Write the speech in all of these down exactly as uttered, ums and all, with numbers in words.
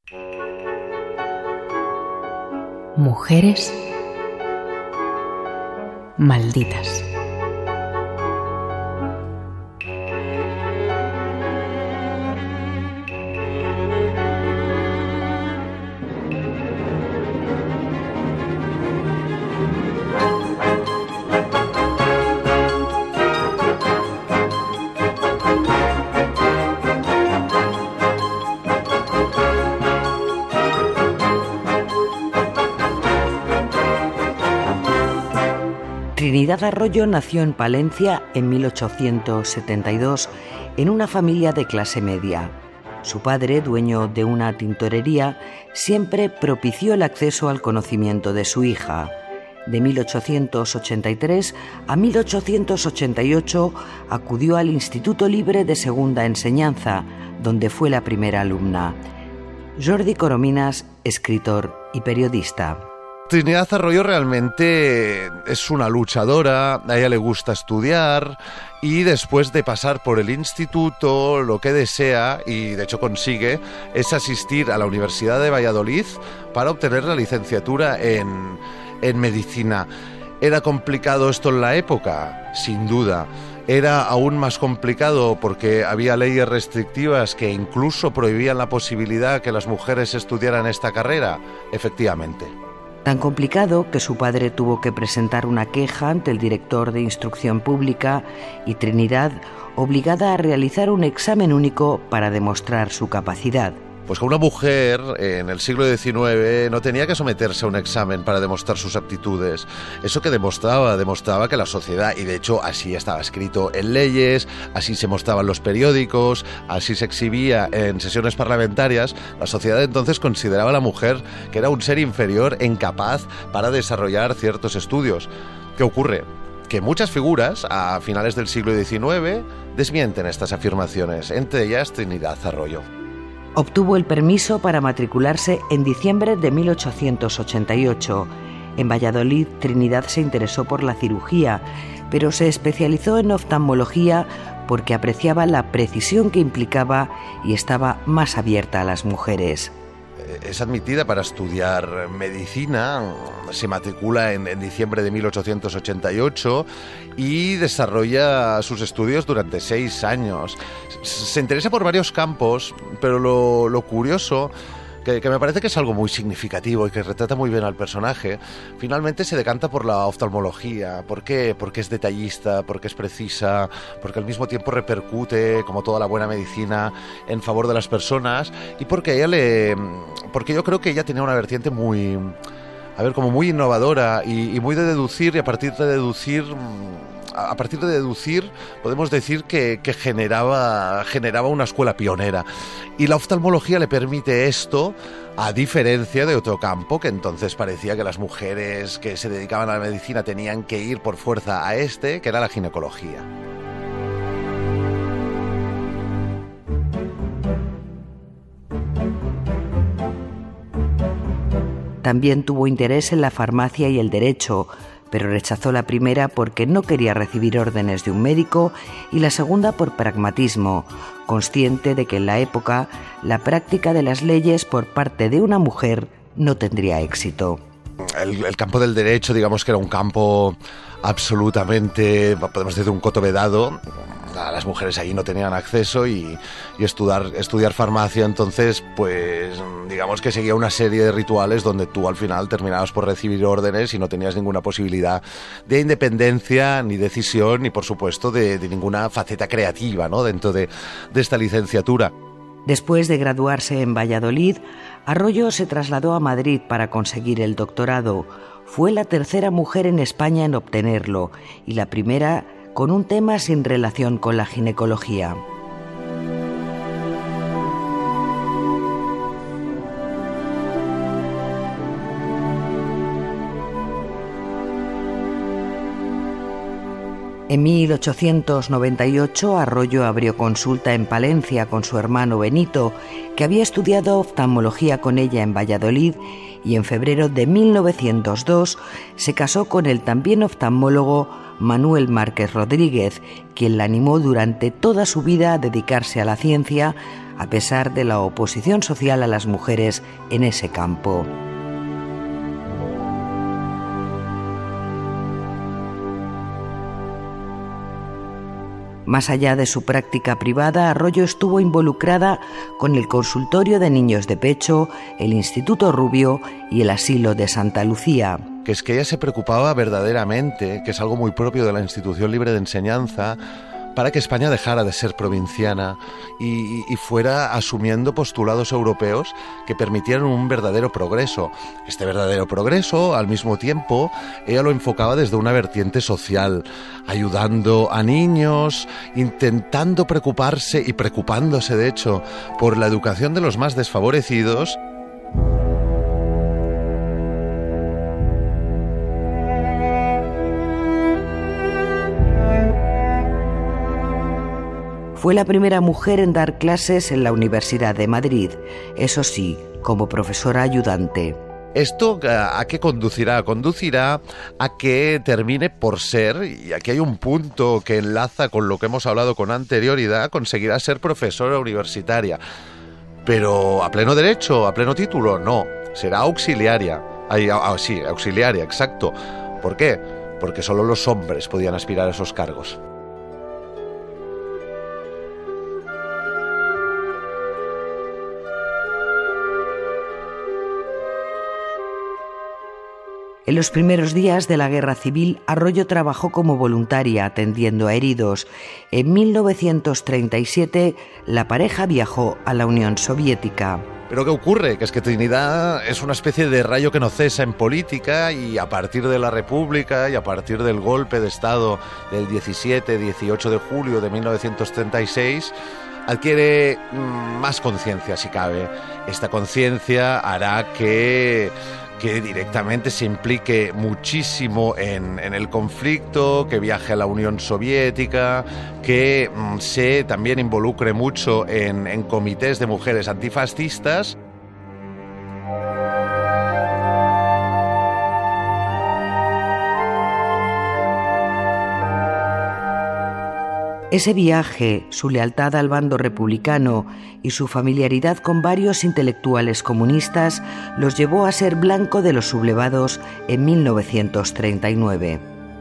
Mujeres malditas. Trinidad Arroyo nació en Palencia en mil ochocientos setenta y dos en una familia de clase media. Su padre, dueño de una tintorería, siempre propició el acceso al conocimiento de su hija. De mil ochocientos ochenta y tres a mil ochocientos ochenta y ocho acudió al Instituto Libre de Segunda Enseñanza, donde fue la primera alumna. Jordi Corominas, escritor y periodista. Trinidad Arroyo realmente es una luchadora, a ella le gusta estudiar y después de pasar por el instituto lo que desea, y de hecho consigue, es asistir a la Universidad de Valladolid para obtener la licenciatura en, en medicina. ¿Era complicado esto en la época? Sin duda. Era aún más complicado porque había leyes restrictivas que incluso prohibían la posibilidad que las mujeres estudiaran esta carrera. Efectivamente. Tan complicado que su padre tuvo que presentar una queja ante el director de Instrucción Pública y Trinidad obligada a realizar un examen único para demostrar su capacidad. Pues que una mujer en el siglo diecinueve no tenía que someterse a un examen para demostrar sus aptitudes. Eso que demostraba, demostraba que la sociedad, y de hecho así estaba escrito en leyes, así se mostraba en los periódicos, así se exhibía en sesiones parlamentarias, la sociedad entonces consideraba a la mujer que era un ser inferior, incapaz para desarrollar ciertos estudios. ¿Qué ocurre? Que muchas figuras a finales del siglo diecinueve desmienten estas afirmaciones, entre ellas Trinidad Arroyo. Obtuvo el permiso para matricularse en diciembre de mil ochocientos ochenta y ocho. En Valladolid, Trinidad se interesó por la cirugía, pero se especializó en oftalmología porque apreciaba la precisión que implicaba y estaba más abierta a las mujeres. Es admitida para estudiar medicina, se matricula en, en diciembre de mil ochocientos ochenta y ocho y desarrolla sus estudios durante seis años. Se interesa por varios campos, pero lo, lo curioso, que, que me parece que es algo muy significativo y que retrata muy bien al personaje, finalmente se decanta por la oftalmología. ¿Por qué? Porque es detallista, porque es precisa, porque al mismo tiempo repercute, como toda la buena medicina, en favor de las personas, y porque a ella le, porque yo creo que ella tenía una vertiente muy, a ver, como muy innovadora y, y muy de deducir, y a partir de deducir... A partir de deducir, podemos decir que, que generaba, generaba una escuela pionera. Y la oftalmología le permite esto, a diferencia de otro campo, que entonces parecía que las mujeres que se dedicaban a la medicina tenían que ir por fuerza a este, que era la ginecología. También tuvo interés en la farmacia y el derecho, pero rechazó la primera porque no quería recibir órdenes de un médico y la segunda por pragmatismo, consciente de que en la época la práctica de las leyes por parte de una mujer no tendría éxito. El, el campo del derecho, digamos que era un campo absolutamente, podemos decir, un coto vedado. Las mujeres ahí no tenían acceso y, y estudiar, estudiar farmacia, entonces, pues, digamos que seguía una serie de rituales donde tú al final terminabas por recibir órdenes y no tenías ninguna posibilidad de independencia, ni decisión, ni por supuesto de, de ninguna faceta creativa, ¿no?, dentro de, de esta licenciatura. Después de graduarse en Valladolid, Arroyo se trasladó a Madrid para conseguir el doctorado. Fue la tercera mujer en España en obtenerlo y la primera con un tema sin relación con la ginecología. En mil ochocientos noventa y ocho, Arroyo abrió consulta en Palencia con su hermano Benito, que había estudiado oftalmología con ella en Valladolid, y en febrero de mil novecientos dos se casó con el también oftalmólogo Manuel Márquez Rodríguez, quien la animó durante toda su vida a dedicarse a la ciencia, a pesar de la oposición social a las mujeres en ese campo. Más allá de su práctica privada, Arroyo estuvo involucrada con el Consultorio de Niños de Pecho, el Instituto Rubio y el Asilo de Santa Lucía. Que es que ella se preocupaba verdaderamente, que es algo muy propio de la institución libre de enseñanza, para que España dejara de ser provinciana y, y fuera asumiendo postulados europeos que permitieran un verdadero progreso. Este verdadero progreso, al mismo tiempo, ella lo enfocaba desde una vertiente social, ayudando a niños, intentando preocuparse y preocupándose, de hecho, por la educación de los más desfavorecidos. Fue la primera mujer en dar clases en la Universidad de Madrid, eso sí, como profesora ayudante. ¿Esto a qué conducirá? Conducirá a que termine por ser, y aquí hay un punto que enlaza con lo que hemos hablado con anterioridad, conseguirá ser profesora universitaria. Pero a pleno derecho, a pleno título, no, será auxiliaria. Ay, ah, sí, auxiliaria, exacto. ¿Por qué? Porque solo los hombres podían aspirar a esos cargos. En los primeros días de la Guerra Civil, Arroyo trabajó como voluntaria atendiendo a heridos. En mil novecientos treinta y siete, la pareja viajó a la Unión Soviética. ¿Pero qué ocurre? Que es que Trinidad es una especie de rayo que no cesa en política, y a partir de la República y a partir del golpe de Estado del diecisiete dieciocho de julio de mil novecientos treinta y seis... adquiere más conciencia, si cabe. Esta conciencia hará que... que directamente se implique muchísimo en, en el conflicto, que viaje a la Unión Soviética, que mm, se también involucre mucho en, en comités de mujeres antifascistas. Ese viaje, su lealtad al bando republicano y su familiaridad con varios intelectuales comunistas los llevó a ser blanco de los sublevados en mil novecientos treinta y nueve.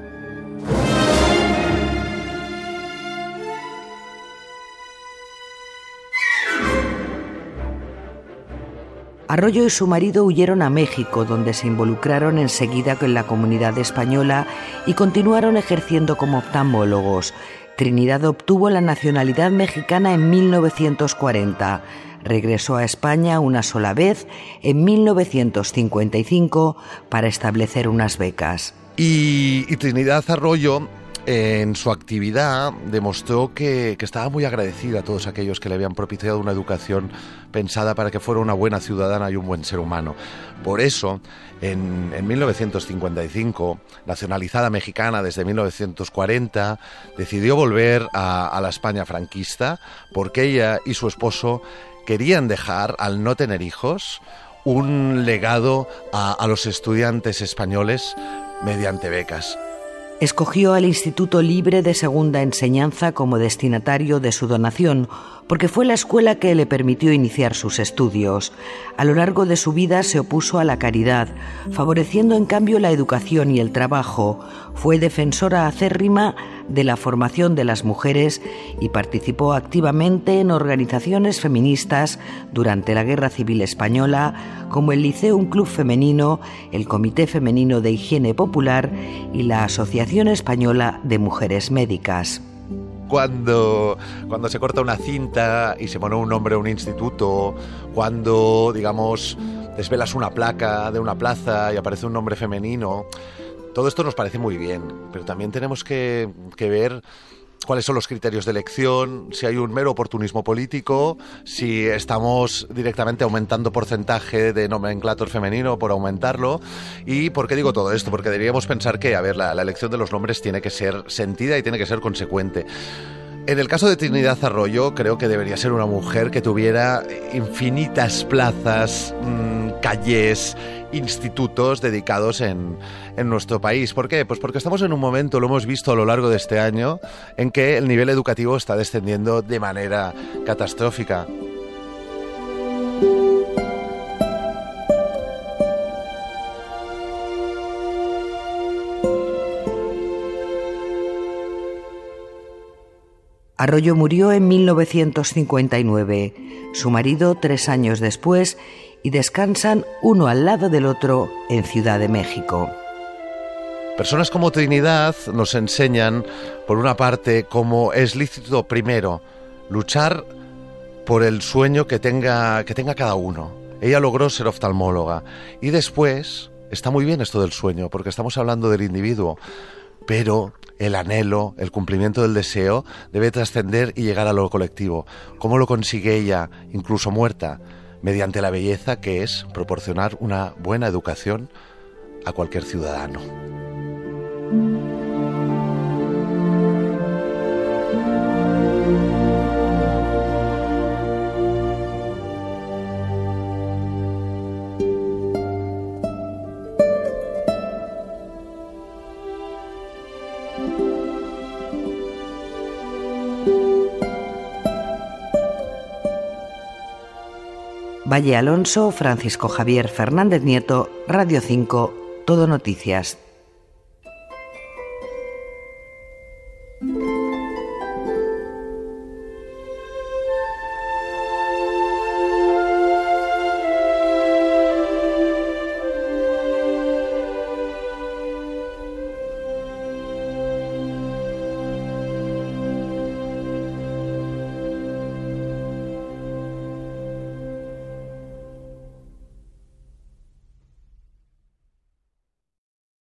Arroyo y su marido huyeron a México, donde se involucraron enseguida con la comunidad española y continuaron ejerciendo como oftalmólogos. Trinidad obtuvo la nacionalidad mexicana en mil novecientos cuarenta. Regresó a España una sola vez, en mil novecientos cincuenta y cinco, para establecer unas becas. Y, y Trinidad Arroyo, en su actividad, demostró que, que estaba muy agradecida a todos aquellos que le habían propiciado una educación pensada para que fuera una buena ciudadana y un buen ser humano. Por eso, en, en mil novecientos cincuenta y cinco, nacionalizada mexicana desde mil novecientos cuarenta, decidió volver a, a la España franquista, porque ella y su esposo querían dejar, al no tener hijos, un legado a, a los estudiantes españoles mediante becas. Escogió al Instituto Libre de Segunda Enseñanza como destinatario de su donación, porque fue la escuela que le permitió iniciar sus estudios. A lo largo de su vida se opuso a la caridad, favoreciendo en cambio la educación y el trabajo. Fue defensora acérrima de la formación de las mujeres y participó activamente en organizaciones feministas durante la Guerra Civil Española, como el Liceum Club Femenino, el Comité Femenino de Higiene Popular y la Asociación Española de Mujeres Médicas. Cuando, cuando se corta una cinta y se pone un nombre a un instituto, cuando, digamos, desvelas una placa de una plaza y aparece un nombre femenino, todo esto nos parece muy bien, pero también tenemos que, que ver cuáles son los criterios de elección, si hay un mero oportunismo político, si estamos directamente aumentando porcentaje de nomenclator femenino por aumentarlo. ¿Y por qué digo todo esto? Porque deberíamos pensar que, a ver, la, la elección de los nombres tiene que ser sentida y tiene que ser consecuente. En el caso de Trinidad Arroyo, creo que debería ser una mujer que tuviera infinitas plazas, mmm, calles, institutos dedicados en, en nuestro país. ¿Por qué? Pues porque estamos en un momento, lo hemos visto a lo largo de este año, en que el nivel educativo está descendiendo de manera catastrófica. Arroyo murió en mil novecientos cincuenta y nueve, su marido tres años después, y descansan uno al lado del otro en Ciudad de México. Personas como Trinidad nos enseñan, por una parte, cómo es lícito primero luchar por el sueño que tenga, que tenga cada uno. Ella logró ser oftalmóloga y después, está muy bien esto del sueño, porque estamos hablando del individuo, pero el anhelo, el cumplimiento del deseo debe trascender y llegar a lo colectivo. ¿Cómo lo consigue ella, incluso muerta? Mediante la belleza, que es proporcionar una buena educación a cualquier ciudadano. Valle Alonso, Francisco Javier Fernández Nieto, Radio cinco, Todo Noticias.